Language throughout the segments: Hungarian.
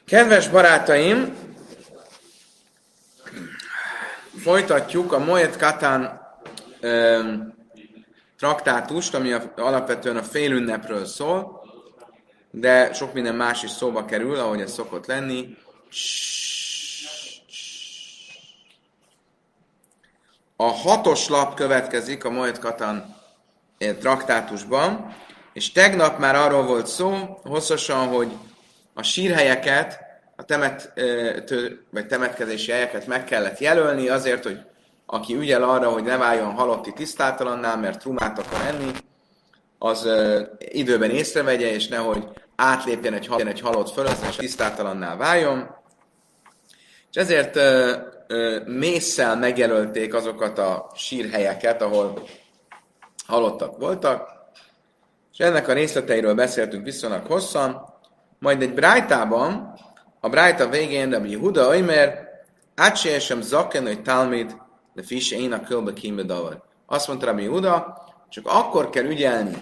Kedves barátaim, folytatjuk a Moed Katan traktátust, ami alapvetően a félünnepről szól, de sok minden más is szóba kerül, ahogy ez szokott lenni. A 6. lap következik a Moed Katan traktátusban, és tegnap már arról volt szó hosszasan, hogy a sírhelyeket, a vagy temetkezési helyeket meg kellett jelölni azért, hogy aki ügyel arra, hogy ne váljon halotti tisztátalanná, mert trumát akar enni, az időben észrevegye, és nehogy átlépjen egy halott fölött, és tisztátalanná váljon. És ezért mésszel megjelölték azokat a sírhelyeket, ahol halottak voltak, és ennek a részleteiről beszéltünk viszonylag hosszan. Majd egy brájtában, a brájta végén Rabbi Yehuda Oimer, átsélyesem zaken, hogy talmid, de fisse én a kölbe kínbe davar. Azt mondta Rabbi Yehuda, csak akkor kell ügyelni,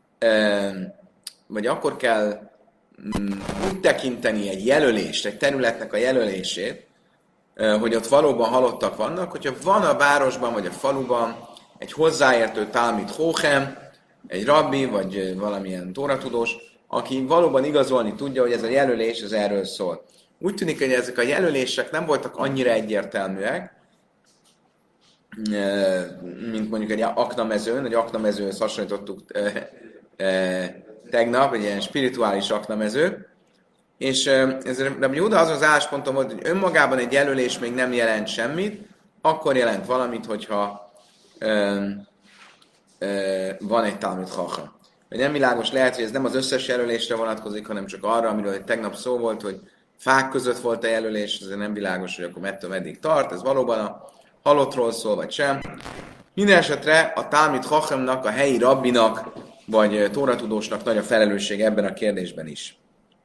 vagy akkor kell úgy tekinteni egy jelölést, egy területnek a jelölését, hogy ott valóban halottak vannak, hogyha van a városban vagy a faluban egy hozzáértő talmid hóchem, egy rabbi, vagy valamilyen tóratudós, aki valóban igazolni tudja, hogy ez a jelölés ez erről szól. Úgy tűnik, hogy ezek a jelölések nem voltak annyira egyértelműek, mint mondjuk egy aknamezőn, egy aknamezőhöz hasonlítottuk tegnap, egy ilyen spirituális aknamező, és ez Rabbi Yehuda az az álláspontom volt, hogy önmagában egy jelölés még nem jelent semmit, akkor jelent valamit, hogyha van egy talmid chacham. Vagy nem világos, lehet, hogy ez nem az összes jelölésre vonatkozik, hanem csak arra, amiről tegnap szó volt, hogy fák között volt a jelölés, ez nem világos, hogy akkor mettől meddig tart, ez valóban a halottról szól, vagy sem. Minden esetre a talmid chachamnak, a helyi rabbinak, vagy tóratudósnak nagy a felelősség ebben a kérdésben is.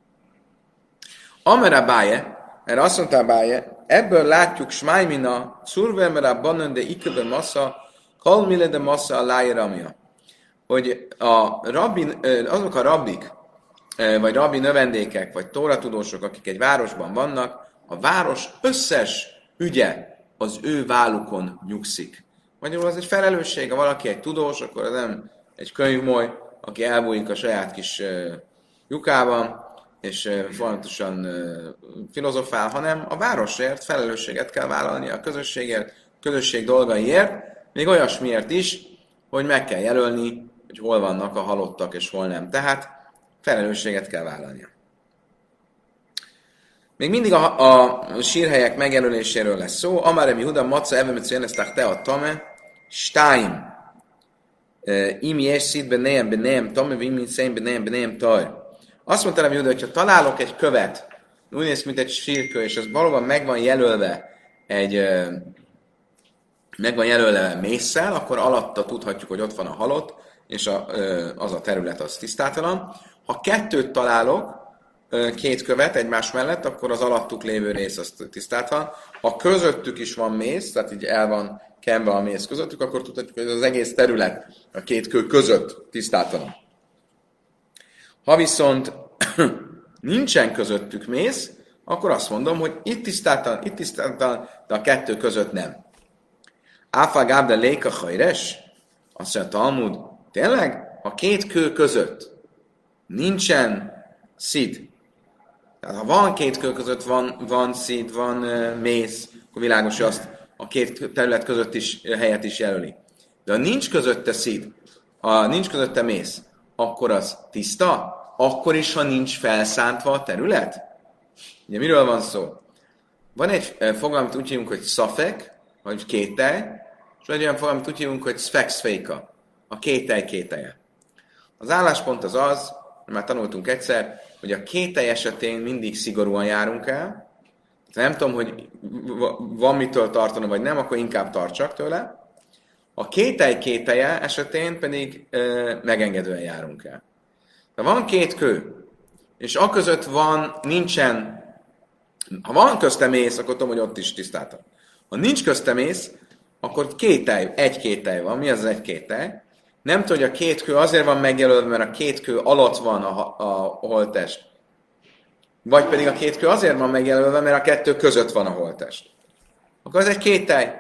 Amera Báje, erre azt mondta Báje, ebből látjuk Smájmina, Szurvemera Banon de Ikebe Massa, Kalmile de Massa a Lájeramja, hogy azok a rabbik, vagy rabbi növendékek, vagy tóratudósok, akik egy városban vannak, a város összes ügye az ő vállukon nyugszik. Magyarul az egy felelősség, ha valaki egy tudós, akkor az nem egy könyvmoly, aki elbújik a saját kis lyukában, és folyamatosan filozofál, hanem a városért felelősséget kell vállalni a közösségért, közösség dolgaiért, még olyasmiért is, hogy meg kell jelölni, hogy hol vannak a halottak és hol nem. Tehát felelősséget kell vállalnia. Még mindig a sírhelyek megjelöléséről lesz szó. Amarem Yehuda Maca Evemet Széneszták Te a Tame Stáim Imi és Szid Benejem Tame Vimi Szén Benejem Taj. Azt mondta Rabbi Yehuda, hogyha találok egy követ, úgy néz, mint egy sírkő, és az valóban meg van jelölve mésszel, akkor alatta tudhatjuk, hogy ott van a halott, és az a terület az tisztátalan. Ha kettőt találok, két követ egymás mellett, akkor az alattuk lévő rész az tisztátalan. Ha közöttük is van mész, tehát így el van kenve a mész közöttük, akkor tudhatjuk, hogy az egész terület a két kő között tisztátalan. Ha viszont nincsen közöttük mész, akkor azt mondom, hogy itt tisztátalan, de a kettő között nem. Áfá gábde léka hajres? Azt mondja Talmud, tényleg? Ha két kő között nincsen szid, tehát ha van két kő között van szid, van mész, akkor világos, hogy azt a két terület között is helyet is jelöli. De ha nincs közötte szid, ha nincs közötte mész, akkor az tiszta? Akkor is, ha nincs felszántva a terület? Ugye miről van szó? Van egy fogalom, amit úgy hívunk, hogy szafek, vagy kételj, és egy olyan fogalom, amit úgy hívunk, hogy szfekszféka, a kételje. Az álláspont az, már tanultunk egyszer, hogy a kételj esetén mindig szigorúan járunk el. Nem tudom, hogy van mitől tartanom, vagy nem, akkor inkább tartsak tőle. A kételje esetén pedig megengedően járunk el. Ha van két kő, és aközött nincsen, ha van közte mész, akkor tudom, hogy ott is tisztáltam. Ha nincs közte mész, akkor egy kételj van. Mi az egy kételj? Nem tudja, hogy a két kő azért van megjelölve, mert a két kő alatt van a holttest. vagy pedig a két kő azért van megjelölve, mert a kettő között van a holttest. Akkor ez egy kételj.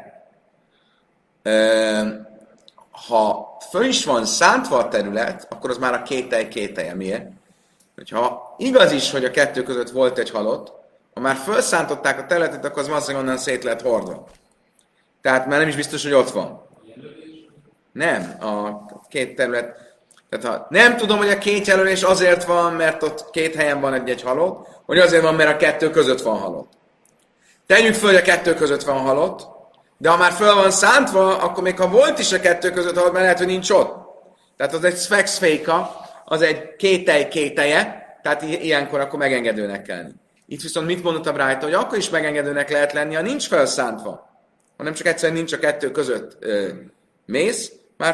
Ha föl is van szántva a terület, akkor az már a kételje. Miért? Hogyha igaz is, hogy a kettő között volt egy halott, ha már felszántották a területet, akkor az valószínűleg onnan szét lett hordva. Tehát már nem is biztos, hogy ott van. Nem, a két terület. Tehát ha nem tudom, hogy a két jelölés azért van, mert ott két helyen van egy halott, vagy azért van, mert a kettő között van halott. Tegyük föl, hogy a kettő között van halott, de ha már föl van szántva, akkor még ha volt is a kettő között halott, mert lehet, hogy nincs ott. Tehát az egy sphex féka, az egy kételje, tehát ilyenkor akkor megengedőnek kell lenni. Itt viszont mit mondott a Brájta, hogy akkor is megengedőnek lehet lenni, ha nincs felszántva, hanem csak egyszerűen nincs a kettő között mész, már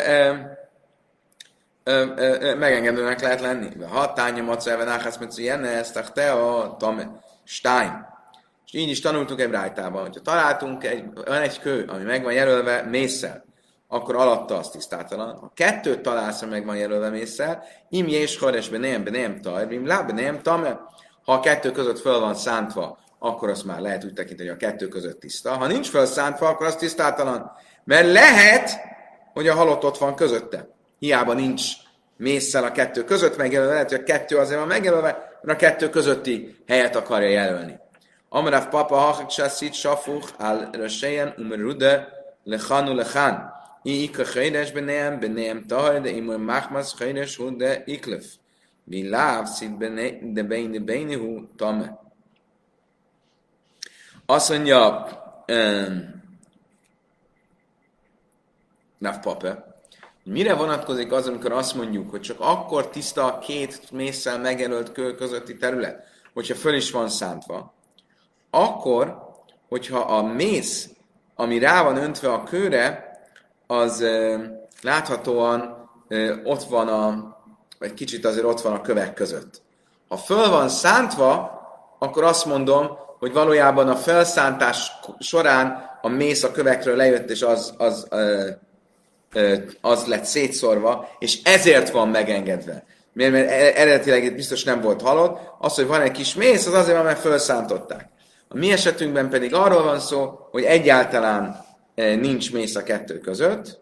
megengedőnek lehet lenni. Ha tánya macerve náhász metsző jenne, ezt a stein. És így is tanultuk egy Brájtában, hogyha találtunk egy kő, ami meg van jelölve mésszel, akkor alatta az tisztátalan. Ha kettőt találsz, ami meg van jelölve mésszel, im és haresbe nem taj, im lábe nem tame. Ha a kettő között föl van szántva, akkor azt már lehet úgy tekinteni, hogy a kettő között tiszta. Ha nincs felszántva, akkor az tisztátalan. Mert lehet, hogy a halott ott van közötte. Hiába nincs mésszel a kettő között megjelölve, lehet, hogy a kettő azért van megjelölve, mert a kettő közötti helyet akarja jelölni. Amarav papa hachik sasszit safuch al rösejen umerude lechanu lechan. Ika chayres beneem tahar, de imur machmas chayres hu de iklef. Mi láv szint de beini hu tame. Azt mondja Rav Papa, mire vonatkozik az, amikor azt mondjuk, hogy csak akkor tiszta a két mésszel megjelölt kő közötti terület, hogyha föl is van szántva, akkor, hogyha a mész, ami rá van öntve a kőre, az láthatóan ott van vagy kicsit azért ott van a kövek között. Ha föl van szántva, akkor azt mondom, hogy valójában a felszántás során a mész a kövekről lejött, és az lett szétszórva, és ezért van megengedve. Mert eredetileg itt biztos nem volt halott. Az, hogy van egy kis mész, az azért van, mert felszántották. A mi esetünkben pedig arról van szó, hogy egyáltalán nincs mész a kettő között,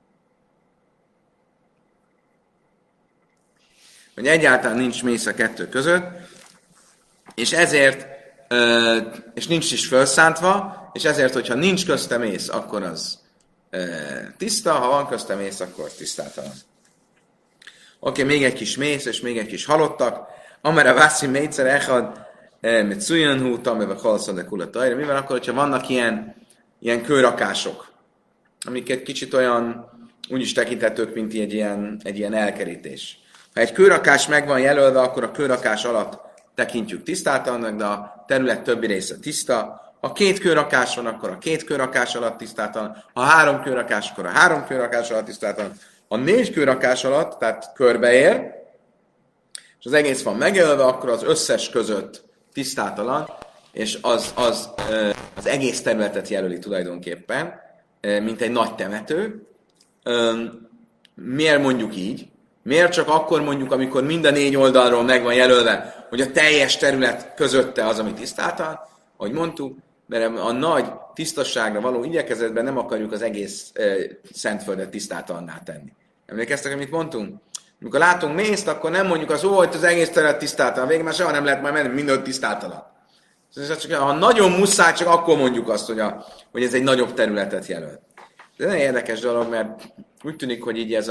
és ezért, és nincs is felszántva, és ezért, hogyha nincs közte mész, akkor az tiszta, ha van közte mész, akkor tisztátalan. Oké, még egy kis mész, és még egy kis halottak. Amara vászi mégszer echad, mit szújön hútam, meg a halszadek ulatajra. Mi van akkor, hogyha vannak ilyen kőrakások, amik egy kicsit olyan, úgy is tekinthetők, mint egy ilyen elkerítés. Ha egy kőrakás meg van jelölve, akkor a kőrakás alatt tekintjük tisztátalannak, de a terület többi része tiszta. Ha két kőrakás van, akkor a két kőrakás alatt tisztátalan. Ha három kőrakás, akkor a három kőrakás alatt tisztátalan. Ha négy kőrakás alatt, tehát körbeér, és az egész van megjelölve, akkor az összes között tisztátalan, és az egész területet jelöli tulajdonképpen, mint egy nagy temető. Miért mondjuk így? Miért csak akkor mondjuk, amikor mind a négy oldalról meg van jelölve, hogy a teljes terület közötte az, ami tisztátalan, ahogy mondtuk, mert a nagy tisztasságra való igyekezetben nem akarjuk az egész Szentföldet tisztátalanná tenni. Emlékeztek, amit mondtunk? Amikor látunk mészt, akkor nem mondjuk hogy az egész terület tisztátalan. Végül már soha nem lehet majd menni, mindent tisztátalan. Ha nagyon muszáj, csak akkor mondjuk azt, hogy ez egy nagyobb területet jelöl. Ez egy érdekes dolog, mert úgy tűnik, hogy így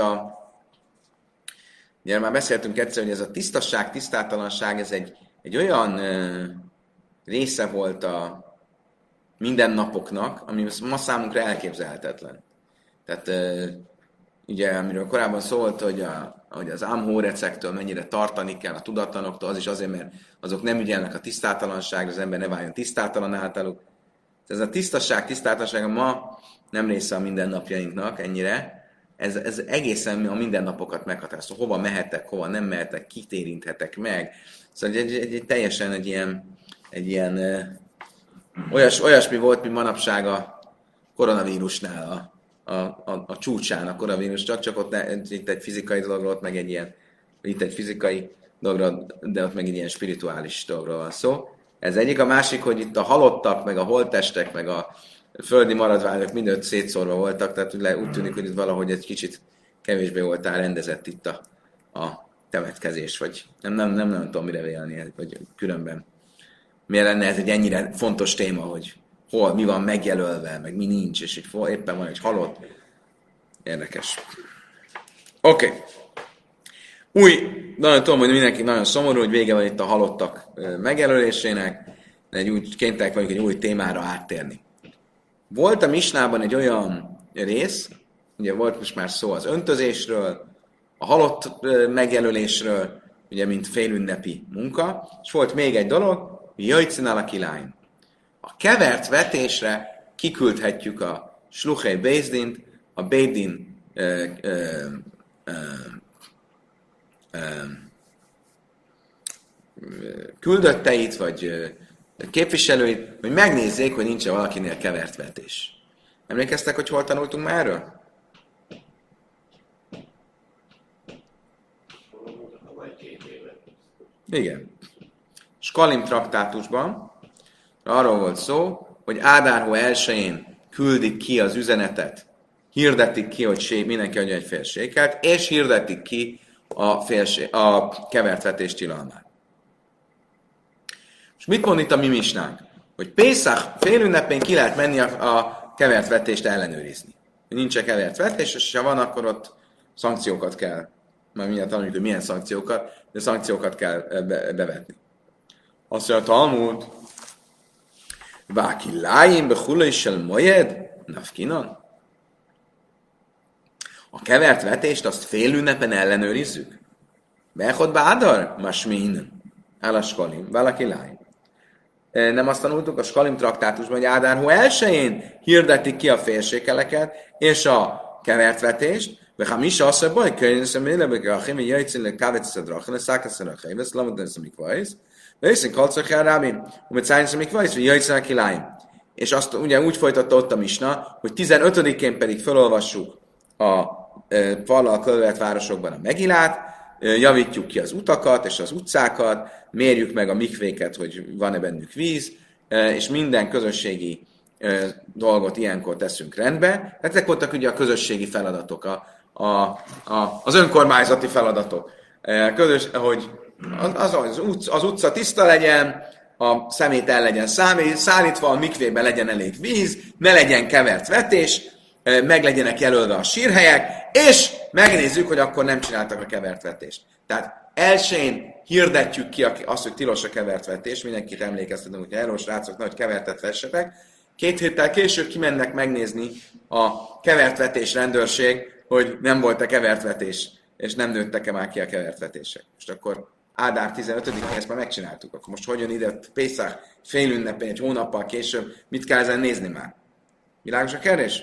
ugye már beszéltünk egyszer, hogy ez a tisztasság, tisztátalanság, ez egy olyan része volt a mindennapoknak, ami ma számunkra elképzelhetetlen. Tehát ugye, amiről korábban szólt, hogy az ámhórecektől mennyire tartani kell a tudatlanoktól, az is azért, mert azok nem ügyelnek a tisztátalanságra, az ember ne váljon tisztátalan általuk. Ez a tisztasság, tisztátalanság ma nem része a mindennapjainknak ennyire. Ez egészen a mindennapokat meghatározó. Hova mehetek, hova nem mehetek, kit érinthetek meg. Szóval egy teljesen egy ilyen olyasmi volt, mint manapság a koronavírusnál, a csúcsán a koronavírus, csak ott itt egy fizikai dolog volt, meg itt egy fizikai dologra, de ott meg egy ilyen spirituális dologról van szó. Ez egyik. A másik, hogy itt a halottak, meg a holttestek, meg a földi maradványok mindöt szétszórva voltak, tehát úgy tűnik, hogy itt valahogy egy kicsit kevésbé voltál rendezett itt a temetkezés, vagy nem tudom mire vélni, vagy különben. Miért lenne ez egy ennyire fontos téma, hogy hol, mi van megjelölve, meg mi nincs, és így éppen van egy halott. Érdekes. Oké. Nagyon tudom, hogy mindenki nagyon szomorú, hogy vége van itt a halottak megjelölésének, de úgy kénytelenek vagyunk egy új témára áttérni. Volt a Misnában egy olyan rész, ugye volt most már szó az öntözésről, a halott megjelölésről, ugye mint félünnepi munka, és volt még egy dolog, jöjjtszínál a kilány. A kevert vetésre kiküldhetjük a sluchei Bézdint, a Bédin küldötteit, vagy képviselőit, hogy megnézzék, hogy nincs-e valakinél kevert vetés. Emlékeztek, hogy hol tanultunk már erről? Igen. Skalim traktátusban arról volt szó, hogy Ádár hó 1-én küldik ki az üzenetet, hirdetik ki, hogy mindenki adja egy félséget, és hirdetik ki a kevert vetés tilalmát. És mit mond itt a mi misnánk? Hogy Pészach félünnepén ki lehet menni a kevert vetést ellenőrizni. Nincs kevert vetés, és ha van, akkor ott szankciókat kell, majd mindjárt tanuljuk, hogy milyen szankciókat, de szankciókat kell bevetni. Azt mondja a Talmud, Váki lájén behulajsel majed, nafkinan. A kevert vetést azt félünnepen ellenőrizzük. Bechod bádar, masmin, el a skalim, valaki lájén. Nem azt tanultuk a Skalim traktátusban, hogy Ádár hó 1-én hirdetik ki a félsékeleket és a kevert vetést, de ha mi se azt mondja, hogy könyvszem élebek, a chemi jöjjtszín le kávetszedrak, le szákeszedrak, helyvesz, lamodon szemik vajsz, de hiszen kalcakjál rábin, hogy szájn szemik vajsz, hogy jöjjtszín a kilájn. És azt ugye úgy folytatta ott a misna, hogy 15-én pedig felolvassuk a fallal körülvett városokban a Megilát, javítjuk ki az utakat és az utcákat, mérjük meg a mikvéket, hogy van-e bennük víz, és minden közösségi dolgot ilyenkor teszünk rendbe. Ezek voltak ugye a közösségi feladatok, az önkormányzati feladatok. Hogy az utca tiszta legyen, a szemét el legyen szállítva, a mikvében legyen elég víz, ne legyen kevert vetés, meg legyenek jelölve a sírhelyek, és megnézzük, hogy akkor nem csináltak a kevert vetést. Tehát 1-én hirdetjük ki azt, hogy tilos a kevert vetés, mindenkit emlékeztetünk, hogy erről srácok, nagy kevertet vessetek. 2 héttel később kimennek megnézni a kevert vetés rendőrség, hogy nem volt-e kevert vetés, és nem nőttek-e már ki a kevert vetések. Most akkor Ádár 15-én ezt már megcsináltuk. Akkor most hogy jön ide Pészach félünnepén, egy hónappal később, mit kell ezen nézni már? Világos a kérdés?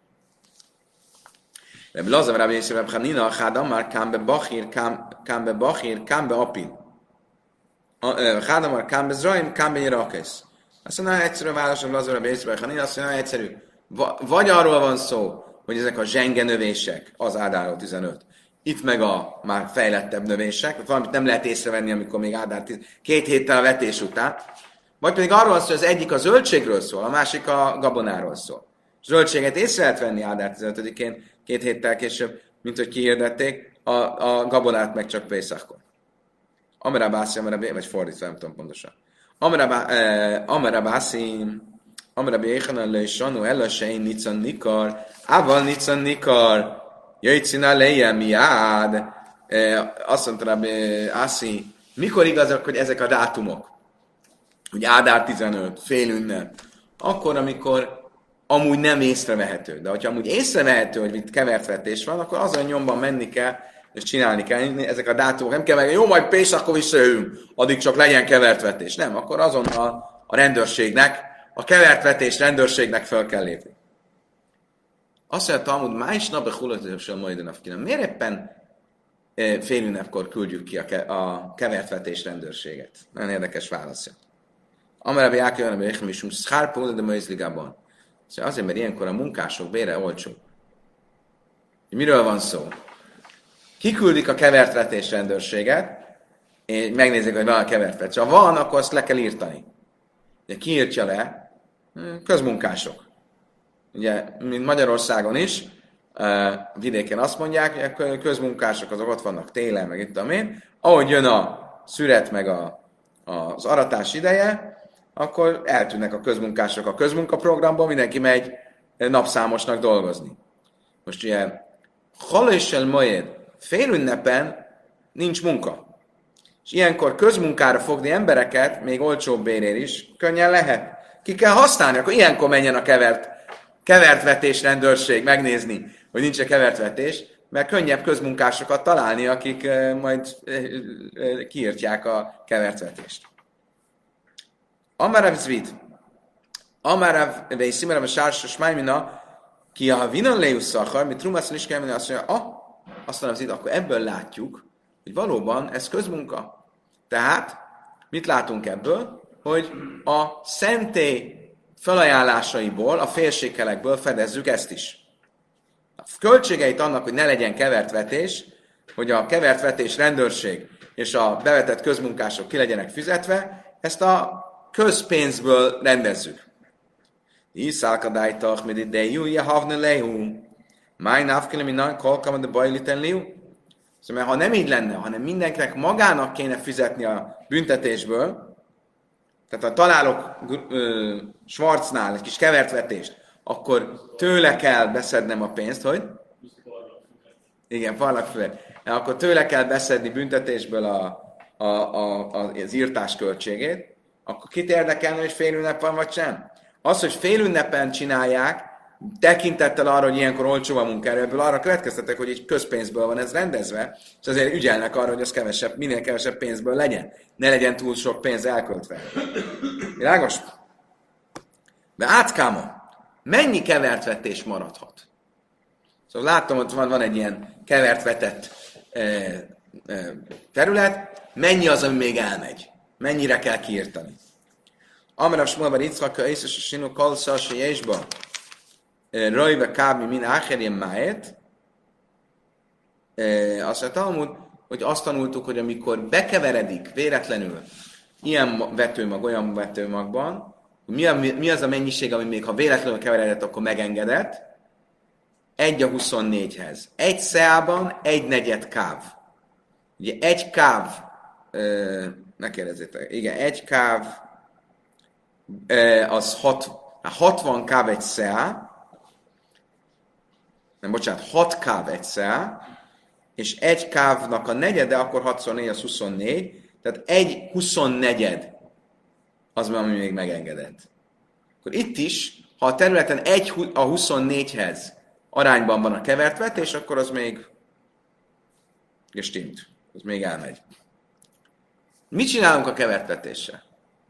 Rabbi Lazar, Rabbi Yisrael, Rabbi Hanina, Chádam már kámbe bachír, kámbe apin. Chádam már kámbe zraim, kámbe nyirakesz. Azt mondja, egyszerű válasz, Rabbi Lazar, Rabbi Yisrael, Rabbi Hanina, azt mondja, egyszerű. Vagy arról van szó, hogy ezek a zsenge növések, az Ádár 15, itt meg a már fejlettebb növések, valamit nem lehet észrevenni, amikor még Ádár 2 héttel a vetés után, vagy pedig arról van szó, hogy az egyik a zöldségről szól, a másik a gabonáról szól. Zöldséget észre lehet venni Ádár 15-én, 2 héttel később, mint hogy kihirdették, a gabonát meg csak Pészachkor. Amerabászi, vagy fordítva, nem tudom pontosan. Amerabászi, Amerabéhanan le sanu elasein nican nikar, ával nican nikar, jöjjtszina leje miád. Azt mondta Rabbi Ászi, mikor igazak, hogy ezek a dátumok? Hogy Ádár 15, félünnep. Akkor, amikor amúgy nem észrevehető. De hogyha amúgy észrevehető, hogy itt kevert vetés van, akkor azon nyomban menni kell, és csinálni kell. Ezek a dátumok nem kell meg, jó, majd Pészach, akkor visszajövünk, addig csak legyen kevert vetés. Nem, akkor azonnal a rendőrségnek, a kevert vetés rendőrségnek fel kell lépni. Azt mondja, Talmud, májs nap a hullatósal majd a miért éppen félünnepkor küldjük ki a kevert vetés rendőrséget? Nagyon érdekes válaszja. Amerebe Jákjön, a Béchem szárpul, de Möjzligában. Azért, mert ilyenkor a munkások bére olcsó. Miről van szó? Kiküldik a kevert vetés rendőrséget, megnézik, hogy van a kevert vetés. Ha van, akkor azt le kell írtani. Ugye ki írtja le? Közmunkások. Ugye, mint Magyarországon is, vidéken azt mondják, hogy a közmunkások azok ott vannak télen, meg itt én. Ahogy jön a szüret, meg az aratás ideje, akkor eltűnnek a közmunkások a közmunkaprogramból, mindenki megy napszámosnak dolgozni. Most ugye, halössel majed, félünnepen nincs munka. És ilyenkor közmunkára fogni embereket, még olcsóbb bérén is, könnyen lehet. Ki kell használni, akkor ilyenkor menjen a kevertvetés rendőrség megnézni, hogy nincs-e kevertvetés, mert könnyebb közmunkásokat találni, akik majd kiírtják a kevertvetést. Amarav Zvid. Amarav Vejszimarav a sársos májmina, ki a vinan leusszakar, mi trumászon is kell menni, azt mondja, azt mondja Zvid, akkor ebből látjuk, hogy valóban ez közmunka. Tehát, mit látunk ebből? Hogy a szentély felajánlásaiból, a félsékelekből fedezzük ezt is. A költségeit annak, hogy ne legyen kevertvetés, hogy a kevertvetés rendőrség és a bevetett közmunkások ki legyenek fizetve, ezt a közpénzből rendezzük. Iszálkadájtach, mit idejű, jehavne lehu. Máj návkele, minan, kolkam, de bajliten liu. Szóval, ha nem így lenne, hanem mindenkinek magának kéne fizetni a büntetésből, tehát ha találok Schwarznál egy kis kevertvetést, akkor tőle kell beszednem a pénzt, hogy? Igen, parlagfüvet. Akkor tőle kell beszedni büntetésből az írtás költségét, akkor kit érdekelne, hogy félünnep van, vagy sem? Az, hogy félünnepen csinálják, tekintettel arra, hogy ilyenkor olcsó a munkaerőből, arra következtetek, hogy egy közpénzből van ez rendezve, és azért ügyelnek arra, hogy az minél kevesebb pénzből legyen. Ne legyen túl sok pénz elköltve. Világos? De átkáma, mennyi kevertvetés maradhat? Szóval látom, hogy van egy ilyen kevertvetett terület, mennyi az, ami még elmegy? Mennyire kell kiírtani? Amarav Shmuel Yitzchak, Észes a Sinu, Kalsza, se Jésba, Rajve Kábmi, min Ácherjen Máét. Azt mondta, hogy azt tanultuk, hogy amikor bekeveredik véletlenül ilyen vetőmag, olyan vetőmagban, mi az a mennyiség, ami még ha véletlenül keveredett, akkor megengedett? 1/24-hez. Egy szeában 1/4 káv. Ugye egy káv, ne kérdezzétek, igen, egy káv, az 60 káv egy szeá, nem, bocsánat, 6 káv egy szeá, és egy kávnak a negyede, akkor 6x4 az 24, tehát 1/24 az, ami még megengedett. Akkor itt is, ha a területen 1/24-hez arányban van a kevertvetés, akkor az még gestimmt, az még elmegy. Mit csinálunk a kevertvetéssel?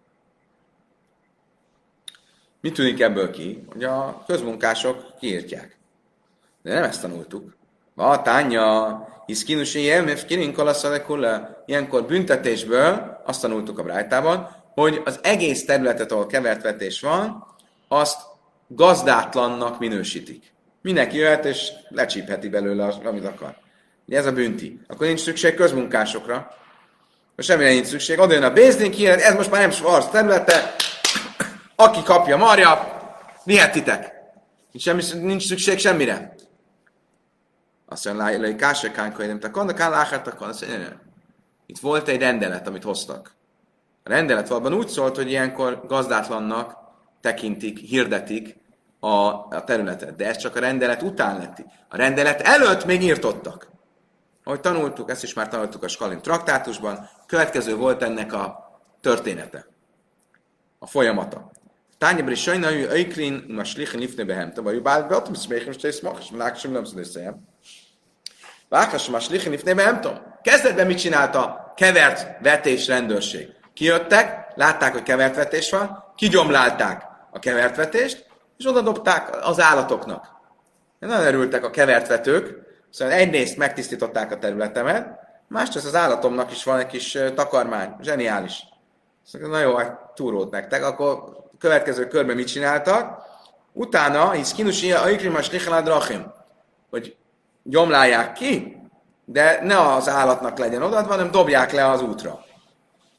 Mit tűnik ebből ki? Hogy a közmunkások kiírtják. De nem ezt tanultuk. Vatánya, hiszkinusi jelmef kirinkalasszadekula. Ilyenkor büntetésből azt tanultuk a Brájtában, hogy az egész területet, ahol kevertvetés van, azt gazdátlannak minősítik. Mindenki jöhet és lecsípheti belőle, amit akar. Ugye ez a bünti. Akkor nincs szükség közmunkásokra. Most semmire nincs szükség. Oda jön a bézdén, kijelent, ez most már nem Schwarz területe. Aki kapja, marja, vihetitek. Nincs szükség semmire. Azt mondja, hogy kásekánkai nem takonnak, azt mondja, itt volt egy rendelet, amit hoztak. A rendelet valóban úgy szólt, hogy ilyenkor gazdátlannak tekintik, hirdetik a területet. De ez csak a rendelet után lett. A rendelet előtt még írtottak. Ahogy tanultuk, ezt is már tanultuk a Skalim traktátusban, következő volt ennek a története, a folyamata. Tányabri sajna, hogy öjklin, ma slichin lifne behem, vagy bár beatom, szméchem, és tészmak, és láksom, nem szedőszejem. Vághassam a slichin lifne behem, kezdetben mit csinált a kevert vetés rendőrség? Kijöttek, látták, hogy kevert vetés van, kigyomlálták a kevert vetést, és odadobták az állatoknak. Nagyon örültek a kevertvetők, szóval egyrészt megtisztították a területemet, másrészt az állatomnak is van egy kis takarmány, zseniális. Szóval na jó, hát túrót nektek. Akkor következő körben mit csináltak? Utána, hisz kinusia aikrimas lichalad hogy gyomlálják ki, de ne az állatnak legyen odaadva, hanem dobják le az útra.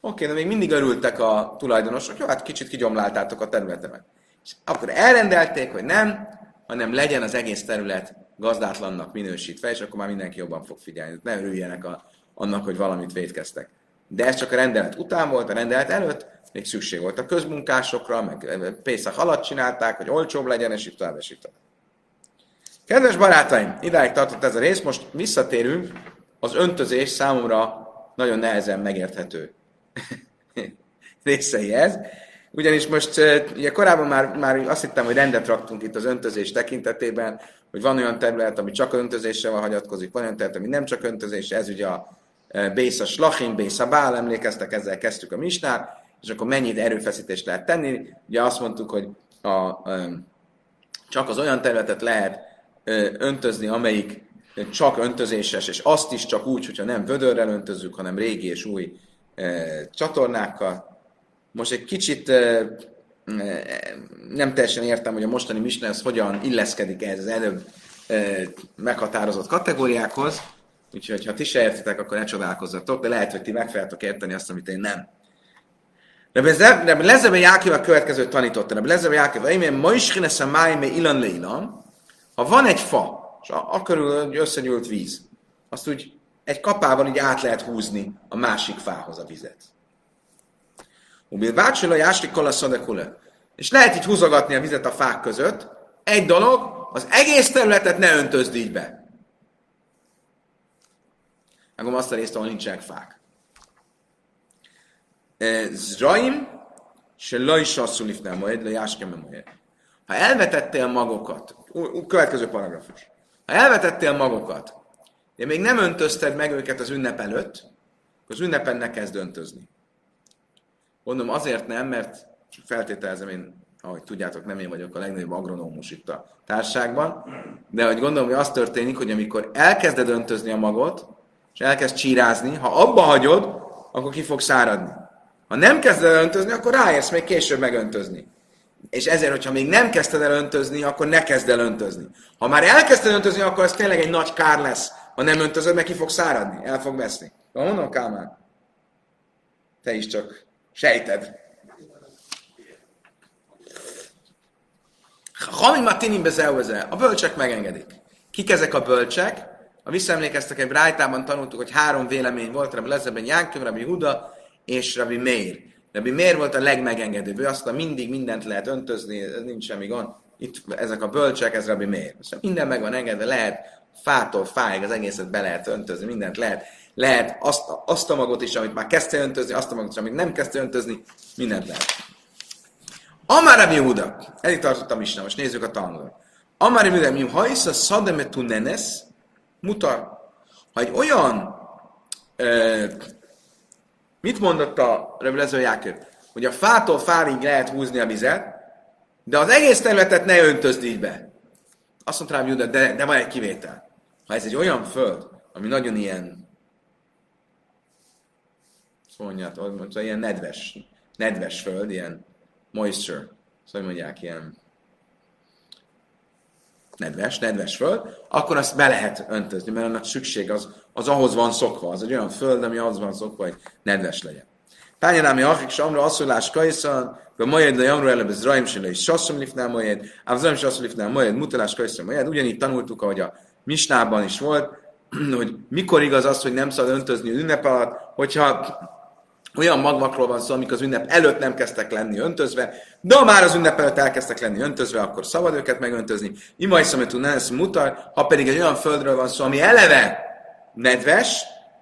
Oké, de még mindig örültek a tulajdonosok, jó, hát kicsit kigyomláltátok a területemet. És akkor elrendelték, hogy nem, hanem legyen az egész terület gazdátlannak minősítve, és akkor már mindenki jobban fog figyelni. Ne örüljenek annak, hogy valamit vétkeztek. De ez csak a rendelet után volt, a rendelet előtt még szükség volt a közmunkásokra, meg Pészak alatt csinálták, hogy olcsóbb legyen, és így tovább, és így tovább. Kedves barátaim, idáig tartott ez a rész, most visszatérünk az öntözés számomra nagyon nehezen megérthető részeihez. Ugyanis most ugye korábban már azt hittem, hogy rendet raktunk itt az öntözés tekintetében, hogy van olyan terület, ami csak öntözéssel hagyatkozik, van olyan terület, ami nem csak öntözés, ez ugye a Bész a Slachim, Bész a Bál, emlékeztek, ezzel kezdtük a misnát, és akkor mennyit erőfeszítést lehet tenni. Ugye azt mondtuk, hogy csak az olyan területet lehet öntözni, amelyik csak öntözéses, és azt is csak úgy, hogyha nem vödörrel öntözzük, hanem régi és új csatornákkal. Most egy kicsit nem teljesen értem, hogy a mostani misna ez hogyan illeszkedik ehhez az előbb meghatározott kategóriákhoz, úgyhogy ha ti se értitek, akkor ne csodálkozzatok, de lehet, hogy ti meg fogjátok érteni azt, amit én nem. Rebbe Lezebe Jákiv a következőt tanította. Rebbe Lezebe Jákiv, én ma is hineszem májmé ilan le ilan, ha van egy fa, és akkor összegyűlt víz, azt úgy egy kapában így át lehet húzni a másik fához a vizet. És lehet így húzogatni a vizet a fák között. Egy dolog, az egész területet ne öntözd így be. Megom azt a részt, ahol nincsenek fák. Zraim, se lajsasszul ifnál majd, lejáskeme majd. Ha elvetettél magokat, következő paragrafus. Ha elvetettél magokat, de még nem öntözted meg őket az ünnep előtt, akkor az ünnepen ne kezd öntözni. Mondom, azért nem, mert feltételezem én, ahogy tudjátok, nem én vagyok a legnagyobb agronómus itt a társaságban, de hogy gondolom, hogy az történik, hogy amikor elkezded öntözni a magot, és elkezd csírázni, ha abba hagyod, akkor ki fog száradni. Ha nem kezded el öntözni, akkor ráérsz még később megöntözni. És ezért, hogyha még nem kezdted el öntözni, akkor ne kezd el öntözni. Ha már elkezdted öntözni, akkor ez tényleg egy nagy kár lesz, ha nem öntözöd, meg ki fog száradni, el fog veszni. Honnan, Kálmán? Te is csak sejted. Hami Matinim bezeuze, a bölcsek megengedik. Kik ezek a bölcsek? Ha visszaemlékeztek, egy brájtában tanultuk, hogy 3 vélemény volt, Rabbi Lezeben Jánkiv, Rabbi Huda és Rabbi Meir. Rabbi Meir volt a legmegengedőbb. Ő azt mondta, mindig mindent lehet öntözni, ez nincs semmi gond. Itt ezek a bölcsek, ez Rabbi Meir. Szóval minden meg van engedve, lehet fától fáig az egészet be lehet öntözni, mindent lehet. Lehet azt a magot is, amit már kezdte öntözni, azt a magot is, amit nem kezdte öntözni, mindent lehet. Amár Rabbi Huda, eddig tartottam is, most nézzük a tanulót. Amár Rabbi Huda, mi hajsz a szademetú nenes, mutar. Ha egy olyan, mit mondott a Rebbe Lező Jákiv? Hogy a fától fáig lehet húzni a vizet, de az egész területet ne öntözd így be. Azt mondta Rabbi Huda, de van egy kivétel. Ha ez egy olyan föld, ami nagyon ilyen, szóval ilyen nedves föld, ilyen moisture, szóval mondják, ilyen nedves föld, akkor azt be lehet öntözni, mert annak szükség az ahhoz van szokva. Az egy olyan föld, ami ahhoz van szokva, hogy nedves legyen. Tányanámi Afrik Samra, asszolás kajszan, de majed, de jamra elebb ez rajm se le is sasszom lifnál majed, ám zajm sasszom lifnál majed, mutalás kajszan majed. Ugyanígy tanultuk, ahogy a misnában is volt, hogy mikor igaz az, hogy nem szabad öntözni az ünnep alatt, hogyha olyan magvakról van szó, amik az ünnep előtt nem kezdtek lenni öntözve, de ha már az ünnep előtt elkezdtek lenni öntözve, akkor szabad őket megöntözni. Imajszametú nenesz mutar, ha pedig egy olyan földről van szó, ami eleve nedves,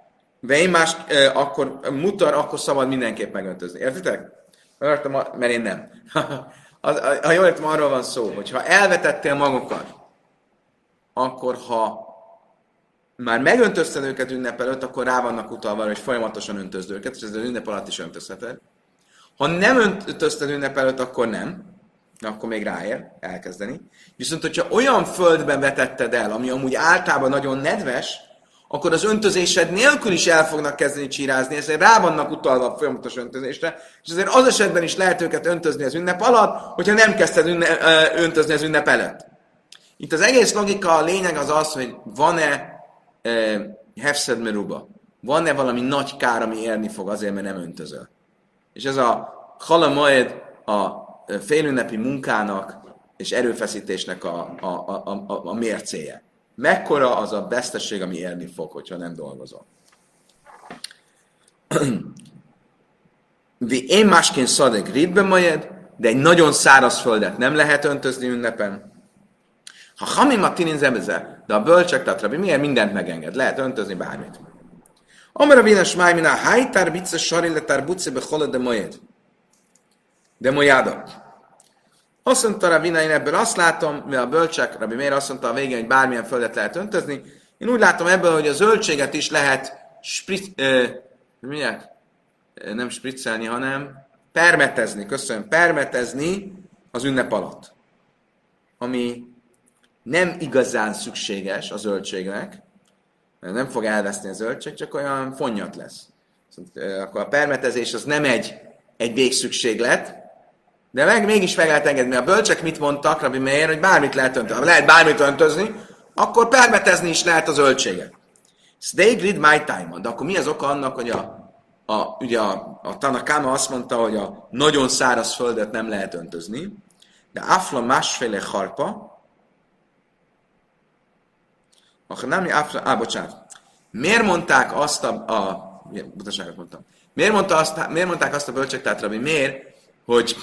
akkor mutar, akkor szabad mindenképp megöntözni. Értitek? Mert én nem. Ha jól értem, arról van szó, hogy ha elvetettél magukat, akkor ha már megöntözted őket ünnep előtt, akkor rá vannak utalva, hogy folyamatosan öntözd őket, és ez az ünnep alatt is öntözheted. Ha nem öntözted ünnep előtt, akkor nem, de akkor még ráér elkezdeni. Viszont, hogyha olyan földben vetetted el, ami amúgy általában nagyon nedves, akkor az öntözésed nélkül is el fognak kezdeni csírázni, ezért rá vannak utalva a folyamatos öntözésre, és ezért az esetben is lehet őket öntözni az ünnep alatt, hogyha nem kezdted öntözni az ünnep előtt. Itt az egész logika, a lényeg az az, hogy van-e hefszed meruba. van-e valami nagy kár, ami érni fog azért, mert nem öntözöl. És ez a halamoed a félünnepi munkának és erőfeszítésnek a mércéje. Mekkora az a vesztesség, ami érni fog, hogyha nem dolgozol. Én másként szadek ritbe majed, de egy nagyon száraz földet nem lehet öntözni ünnepen. Ha hamima tinin zebeze, de a bölcsek, tehát Rabbi Meir mindent megenged, lehet öntözni bármit. Amara vénes májmina, hájtár vicce sarilletár bucce becholod de majed. De mojada. Azt mondta Rabbi Meir, én ebből azt látom, mert a bölcsek, Rabbi Meir azt mondta a végén, hogy bármilyen földet lehet öntözni. Én úgy látom ebből, hogy a zöldséget is lehet nem spriccelni, hanem permetezni, permetezni az ünnep alatt. Ami nem igazán szükséges a zöldségnek, nem fog elveszni a zöldség, csak olyan fonnyat lesz. Akkor a permetezés az nem egy végszükséglet, de mégis meg lehet engedni. A bölcsek mit mondtak, Rabbi Meir, hogy bármit lehet öntözni. Ha lehet bármit öntözni, akkor permetezni is lehet a zöldséget. Stay grid my time. De akkor mi az oka annak, hogy ugye a Tanakama azt mondta, hogy a nagyon száraz földet nem lehet öntözni, de afla másféle harpa, bocsánat. Miért mondták azt butaságot mondtam. Miért mondták azt a bölcsek, tehát Rabbi Meir, hogy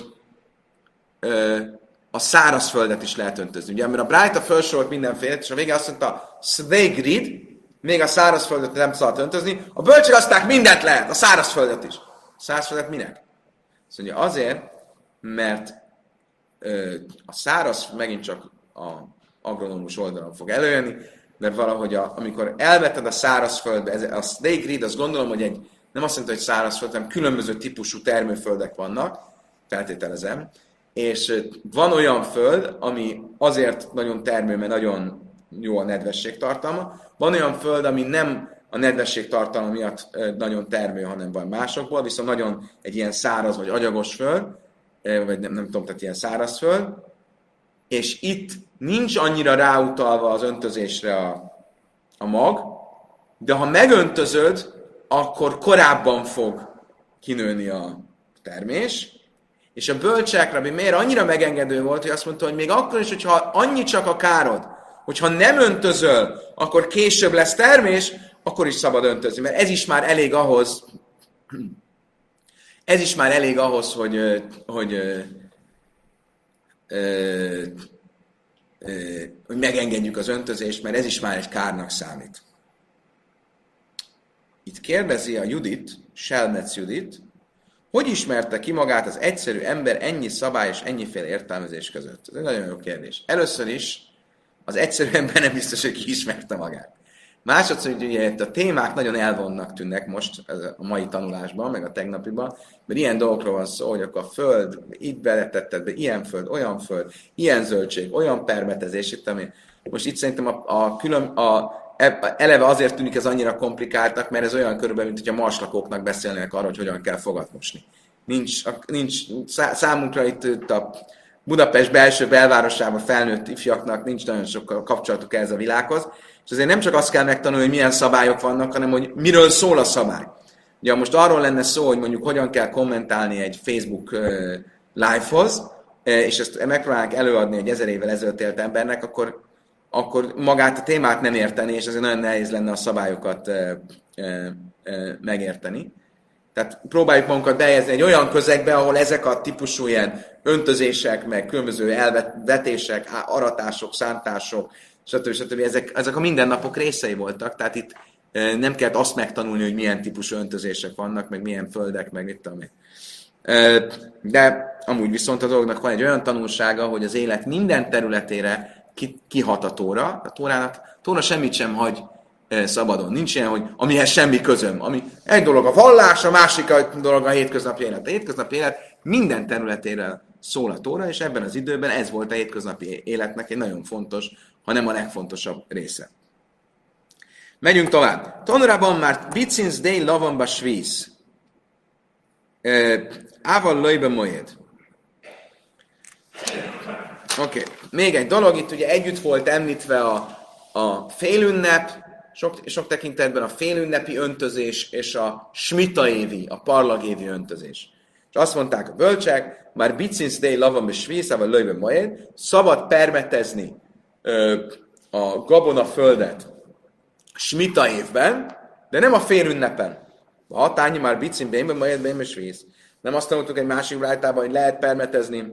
a száraz földet is lehet öntözni. Ugye, mert a Brájta felsorolt mindenféle, és a végén azt mondta, Svegrid, még a szárazföldet nem szabad öntözni, a bölcsek aztán mindent lehet, a szárazföldet is. A szárazföldet minek? Azt mondja, azért, mert a száraz megint csak a agronómus oldalon fog előjönni, mert valahogy amikor elveted a szárazföldbe, a Svegrid, azt gondolom, hogy nem azt mondta, hogy szárazföld, hanem különböző típusú termőföldek vannak, feltételezem, és van olyan föld, ami azért nagyon termő, mert nagyon jó a nedvesség tartalma, van olyan föld, ami nem a nedvesség tartalma miatt nagyon termő, hanem van másokból, viszont nagyon egy ilyen száraz vagy agyagos föld, vagy nem tudom, tehát ilyen száraz föld, és itt nincs annyira ráutalva az öntözésre a mag, de ha megöntözöd, akkor korábban fog kinőni a termés, és a bölcsek, Rabbi Meir annyira megengedő volt, hogy azt mondta, hogy még akkor is, hogyha annyi csak a károd, hogyha nem öntözöl, akkor később lesz termés, akkor is szabad öntözni, mert ez is már elég ahhoz, hogy megengedjük az öntözést, mert ez is már egy kárnak számít. Itt kérdezi a Judit, Selmec Judit, hogy ismerte ki magát az egyszerű ember ennyi szabály és ennyiféle értelmezés között? Ez egy nagyon jó kérdés. Először is az egyszerű ember nem biztos, hogy ki ismerte magát. Másodszor, hogy ugye a témák nagyon elvonnak tűnnek most a mai tanulásban, meg a tegnapiban, mert ilyen dolgokról van szó, hogy akkor a föld, itt beletetted be, ilyen föld, ilyen zöldség, olyan permetezés, itt, ami most itt szerintem eleve azért tűnik ez annyira komplikáltak, mert ez olyan körülbelül, mint hogy a marslakóknak beszélnek arról, hogy hogyan kell fogat mosni. Nincs számunkra itt a Budapest belső belvárosában felnőtt ifjaknak nincs nagyon sok kapcsolatuk ehhez a világhoz, és azért nem csak azt kell megtanulni, hogy milyen szabályok vannak, hanem hogy miről szól a szabály. Ugye most arról lenne szó, hogy mondjuk hogyan kell kommentálni egy Facebook live-hoz, és ezt megpróbálnánk előadni egy 1000 évvel ezelőtt élt embernek, akkor magát a témát nem érteni, és azért nagyon nehéz lenne a szabályokat megérteni. Tehát próbáljuk magunkat behelyezni egy olyan közegbe, ahol ezek a típusú ilyen öntözések, meg különböző elvetések, aratások, szántások, stb. Ezek a mindennapok részei voltak, tehát itt nem kellett azt megtanulni, hogy milyen típusú öntözések vannak, meg milyen földek, meg mit tudom én. De amúgy viszont a dolognak van egy olyan tanulsága, hogy az élet minden területére kihat a Tóra. A Tóra semmit sem hagy szabadon. Nincs ilyen, hogy amihez semmi közöm. Egy dolog a vallás, a másik dolog a hétköznapi élet. A hétköznapi élet minden területére szól a Tóra, és ebben az időben ez volt a hétköznapi életnek egy nagyon fontos, ha nem a legfontosabb része. Megyünk tovább. Tanurában már bicins dei lavamba svíz. Ával löjbe mojed. Oké. Még egy dolog, itt ugye együtt volt említve a félünnep, sok tekintetben a félünnepi öntözés és a smitaévi, a parlagévi öntözés. És azt mondták a bölcsek, már bicinsz dei lavam és svíszával lőjben majd, szabad permetezni a gabonaföldet smita évben, de nem a félünnepen. A hatányi már bicin bénben majd bénben svísz. Nem azt tanultuk egy másik rájtában, hogy lehet permetezni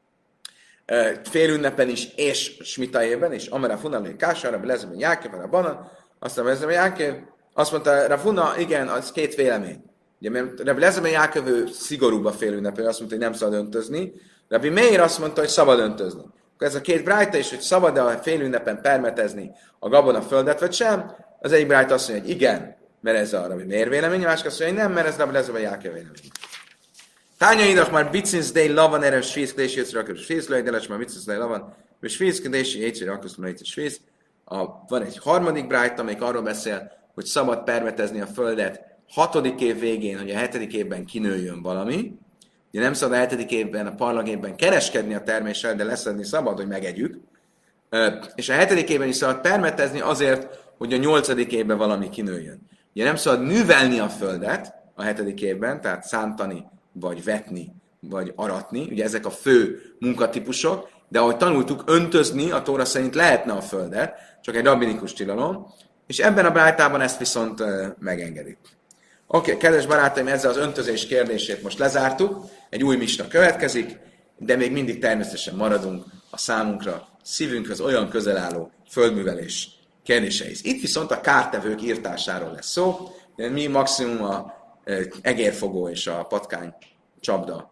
félünnepen is, és smita évben is. Amara funalé kására, lezben Jákev, a banan, aztán lezben Jákev, azt mondta Rafuna, igen, az két vélemény. Ugye, mert Rabbi Lezeben Jákev ő szigorúbb a félünnepén, azt mondta, hogy nem szabad öntözni. Rabbi Meir azt mondta, hogy szabad öntözni. Akkor ez a két brájta is, hogy szabad-e a félünnepen permetezni a gabona földet, vagy sem. Az egyik brájta azt mondja, hogy igen, mert ez a Rabbi Meir vélemény, a másik azt mondja, hogy nem, mert ez Rabbi Lezeben Jákev vélemény. Tánya idach már bicins dei lavan erem svíz kdési észre akkor svíz, lejdeles már bicins dei lavan, és svíz kdési észre akkor svíz. Van egy harmadik brájta, amelyik arról beszél, hogy szabad permetezni a földet 6. év végén, hogy a 7. évben kinőjön valami. Ugye nem szabad a 7. évben, a parlagében kereskedni a terméssel, de leszedni szabad, hogy megegyük. És a 7. évben is szabad permetezni azért, hogy a 8. évben valami kinőjön. Ugye nem szabad művelni a földet a 7. évben, tehát szántani, vagy vetni, vagy aratni. Ugye ezek a fő munkatípusok, de ahogy tanultuk, öntözni a Tóra szerint lehetne a földet, csak egy rabbinikus tilalom, és ebben a brájtában ezt viszont megengedik. Oké, kedves barátaim, ezzel az öntözés kérdését most lezártuk, egy új misna következik, de még mindig természetesen maradunk a számunkra, szívünkhöz olyan közel álló földművelés kérdéseihez. Itt viszont a kártevők írtásáról lesz szó, de mi maximum a egérfogó és a patkány csapda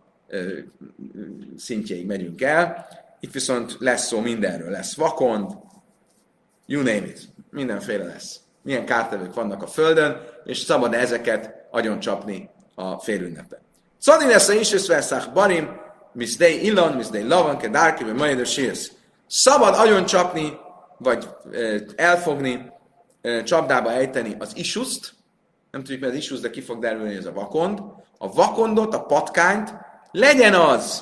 szintjéig megyünk el. Itt viszont lesz szó mindenről, lesz vakond, you name it, mindenféle lesz. Milyen kártevők vannak a földön, és szabad ezeket agyon csapni a félünnepen. Szadin lesz a isőszverszák barim, miszdei illan, miszdei lavan, ke dárkive, majd a sírsz. Szabad agyon csapni, vagy elfogni, csapdába ejteni az isuszt, nem tudjuk mi az isus, de ki fog derülni, hogy ez a vakond. A vakondot, a patkányt, legyen az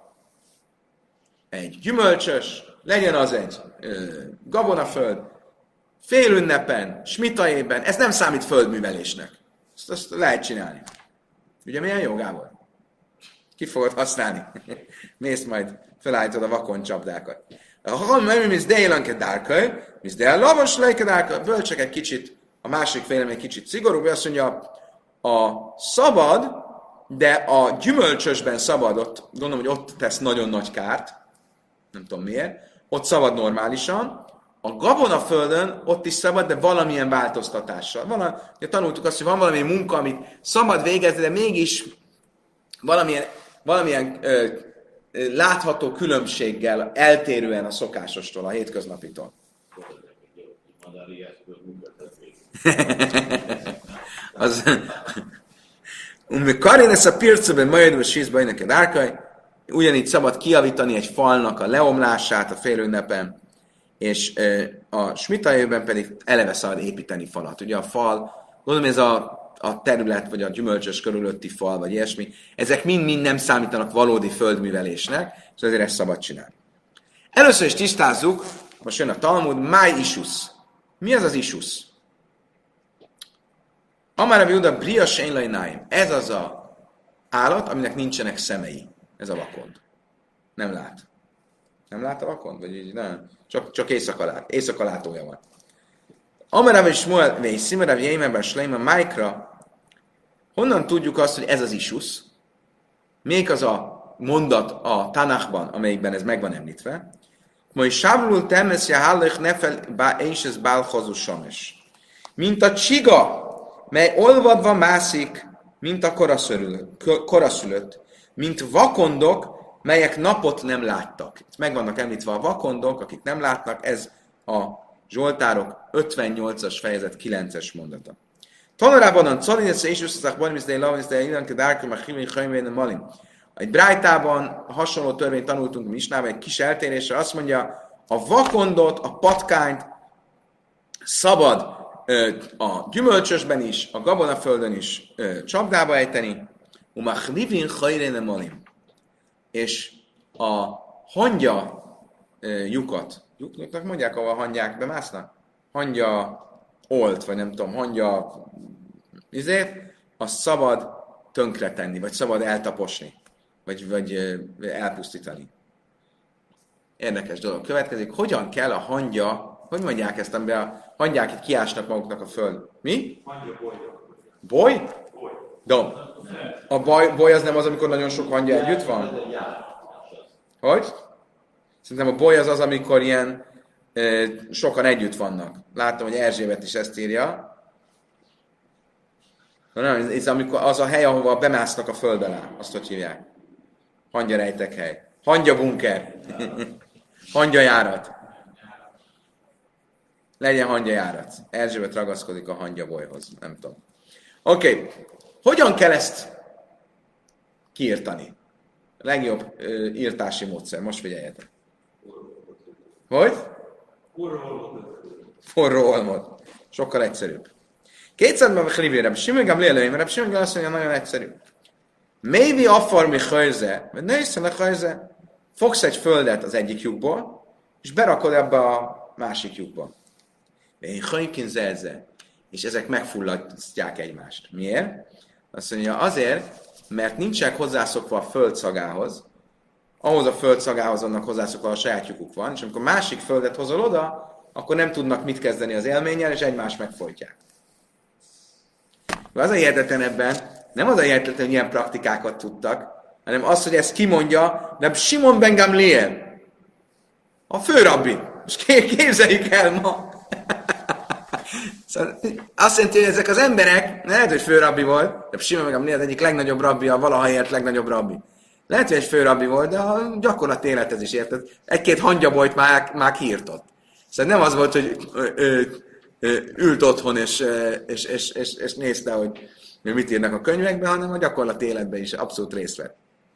egy gyümölcsös, legyen az egy gabonaföld, félünnepen, smitaében, ez nem számít földművelésnek. Azt lehet csinálni. Ugye milyen jó, Gábor? Ki fogod használni? Mész majd, felállítod a vakon csapdákat. Ha nem, misz délanke dárkai, misz dél lavas lejke dárkai, bölcsek egy kicsit, a másik vélemény kicsit szigorúbb, azt mondja, a szabad, de a gyümölcsösben szabad, ott, gondolom, hogy ott tesz nagyon nagy kárt, nem tudom miért, ott szabad normálisan, a gabonaföldön ott is szabad, de valamilyen változtatással. Tanultuk azt, hogy van valami munka, amit szabad végezni, de mégis valamilyen látható különbséggel, eltérően a szokásostól, a hétköznapitól. Az... Karin ezt a pirceben majdnem sízba neked árkaj, ugyanígy szabad kijavítani egy falnak a leomlását a félünnepen, és a smitaévben pedig eleve szabad építeni falat. Ugye a fal, gondolom ez a terület, vagy a gyümölcsös körülötti fal, vagy ilyesmi, ezek mind-mind nem számítanak valódi földművelésnek, és ezért ezt szabad csinálni. Először is tisztázzuk, most jön a Talmud, máj isus. Mi az az isus? Amára Júda bria seinlaináim. Ez az a állat, aminek nincsenek szemei. Ez a vakond. Nem lát. Nem lát a vakond? Vagy így nem? Csak éjszakalátója van. Amára és Smuel Vészimerav Jémeben Sleima Májkra. Honnan tudjuk azt, hogy ez az isus? Még az a mondat a Tanachban, amelyikben ez meg van említve. Majd sáblul temeszja hállich nefel bá éses bálhozó sames. Mint a csiga, mely olvadva mászik, mint a koraszülött, mint vakondok, melyek napot nem láttak. Itt meg vannak említve a vakondok, akik nem látnak, ez a Zsoltárok 58-as fejezet 9-es mondata. Tanulában a Calinesz és Összeszak Barimisztei Lavinisztei Ilanke Dárkö, a Himai Hajmén Malin. Egy brájtában hasonló törvényt tanultunk Misnában, egy kis eltérésre azt mondja, a vakondot, a patkányt szabad a gyümölcsösben is, a gabonaföldön is csapdába ejteni, umachlivin hajréne malim, és a hangya lyukat, lyuknak mondják, ahol a hangyák bemásznak? Hangya olt, vagy nem tudom, hangya azt szabad tönkretenni, vagy szabad eltaposni, vagy elpusztítani. Érdekes dolog következik. Hogyan kell a hangya, hogy mondják ezt, amiben a hangyák itt kiásnak maguknak a föld? Mi? Hangya, boly. Boly? Dom. A boly az nem az, amikor nagyon sok hangya együtt van? Hogy? Szerintem a boly az, amikor ilyen sokan együtt vannak. Látom, hogy Erzsébet is ezt írja. Nem, ez amikor az a hely, ahova bemásznak a föld alá. Azt hogy hívják? Hangyarejtek hely. Hangyabunker. Hangyajárat. Legyen hangyajárat. Erzsébet ragaszkodik a hangyabolyhoz. Nem tudom. Oké. Hogyan kell ezt kiírtani? A legjobb írtási módszer. Most figyeljetek. Hogy? Forró olmot. Sokkal egyszerűbb. Kétszerben Hrivére, Simon Gamliel, mert Simon Gamliel azt mondja, nagyon egyszerű. Maybe affar mi hajze, mert ne hiszen a hajze. Fogsz egy földet az egyik lyukból, és berakod ebbe a másik lyukba. És ezek megfulladják egymást. Miért? Azt mondja, azért, mert nincsenek hozzászokva a föld szagához, ahhoz a föld szagához annak hozzászokva a saját lyukuk van, és amikor másik földet hozol oda, akkor nem tudnak mit kezdeni az élménnyel, és egymást megfojtják. Az a hihetetlen ebben, nem az a hihetetlen, hogy ilyen praktikákat tudtak, hanem az, hogy ezt kimondja, de Simon ben Gamliel, a főrabbi. És képzeljük el ma. Szóval azt jelenti, hogy ezek az emberek, lehet, hogy főrabbi volt, de Simon ben Gamliel az egyik legnagyobb rabbi, a valaha ért legnagyobb rabbi. Lehet, hogy egy főrabbi volt, de a gyakorlati élethez is érted. Egy-két hangyabolyt már kiírtott. Szóval nem az volt, hogy ült otthon, és nézte, hogy mit írnak a könyvekben, hanem a gyakorlati életben is abszolút részt vett.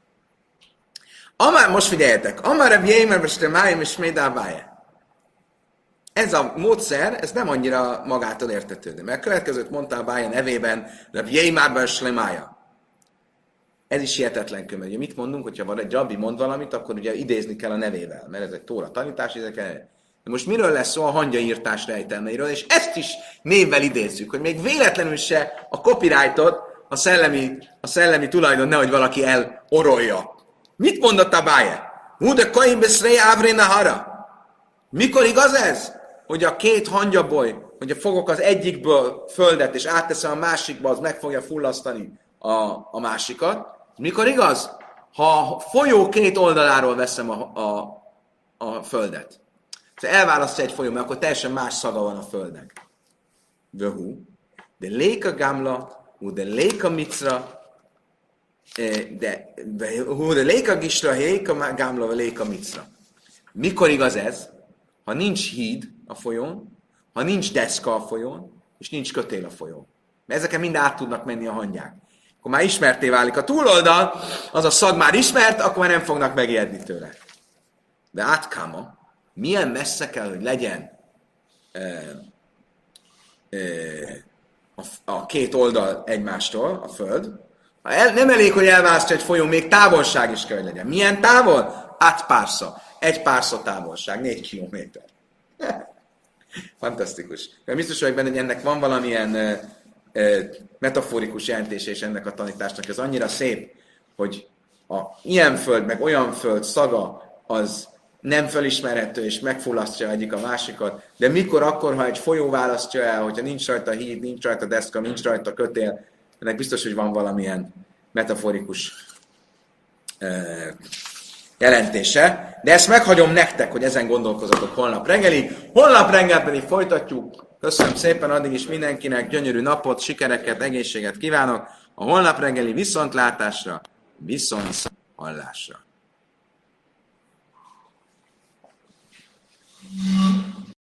Most figyeljetek, Amár Jémer Bestre Májim és Médábáje. Ez a módszer, ez nem annyira magától értetődő. Mert a következőt mondta a Bája nevében, Reb Jémer Bestre Mája. Ez is hihetetlen könyv. Ugye mit mondunk, hogyha van egy rabbi mond valamit, akkor ugye idézni kell a nevével, mert ez egy tóra tanítás, de most miről lesz szó? A hangyaírtás rejtelmeiről, és ezt is névvel idézzük, hogy még véletlenül se a copyrightot, a szellemi tulajdon nehogy valaki elorolja. Mit mondott a Báje? Hude kaim beszrei ávréna hara. Mikor igaz ez? Hogy a két hangyaboly, hogy fogok az egyikből földet, és átteszem a másikba, az meg fogja fullasztani a másikat. Mikor igaz? Ha a folyó két oldaláról veszem a földet. Szóval elválasztja egy folyó, mert akkor teljesen más szaga van a földnek. Vöhú. De léka gamla, de léka micra, de léka gisra, léka gamla, léka micra. Mikor igaz ez? Ha nincs híd a folyón, ha nincs deszka a folyón, és nincs kötél a folyón. Mert ezeken mind át tudnak menni a hangyák. Akkor már ismerté válik a túloldal, az a szag már ismert, akkor már nem fognak megijedni tőle. De átkáma, milyen messze kell, hogy legyen a két oldal egymástól, a föld. Nem elég, hogy elválasztja egy folyó, még távolság is kell, hogy legyen. Milyen távol? Átpársza. Egy párszor távolság, 4 kilométer. Fantasztikus. Biztos vagyok benne, hogy ennek van valamilyen metaforikus jelentése is ennek a tanításnak. Ez annyira szép, hogy ilyen föld, meg olyan föld szaga, az nem felismerhető, és megfullasztja egyik a másikat, de mikor akkor, ha egy folyó választja el, hogyha nincs rajta híd, nincs rajta deszka, nincs rajta kötél, ennek biztos, hogy van valamilyen metaforikus jelentése, de ezt meghagyom nektek, hogy ezen gondolkozatok holnap reggelig. Holnap reggel pedig folytatjuk. Köszönöm szépen addig is mindenkinek, gyönyörű napot, sikereket, egészséget kívánok. A holnap reggeli viszontlátásra, viszont hallásra.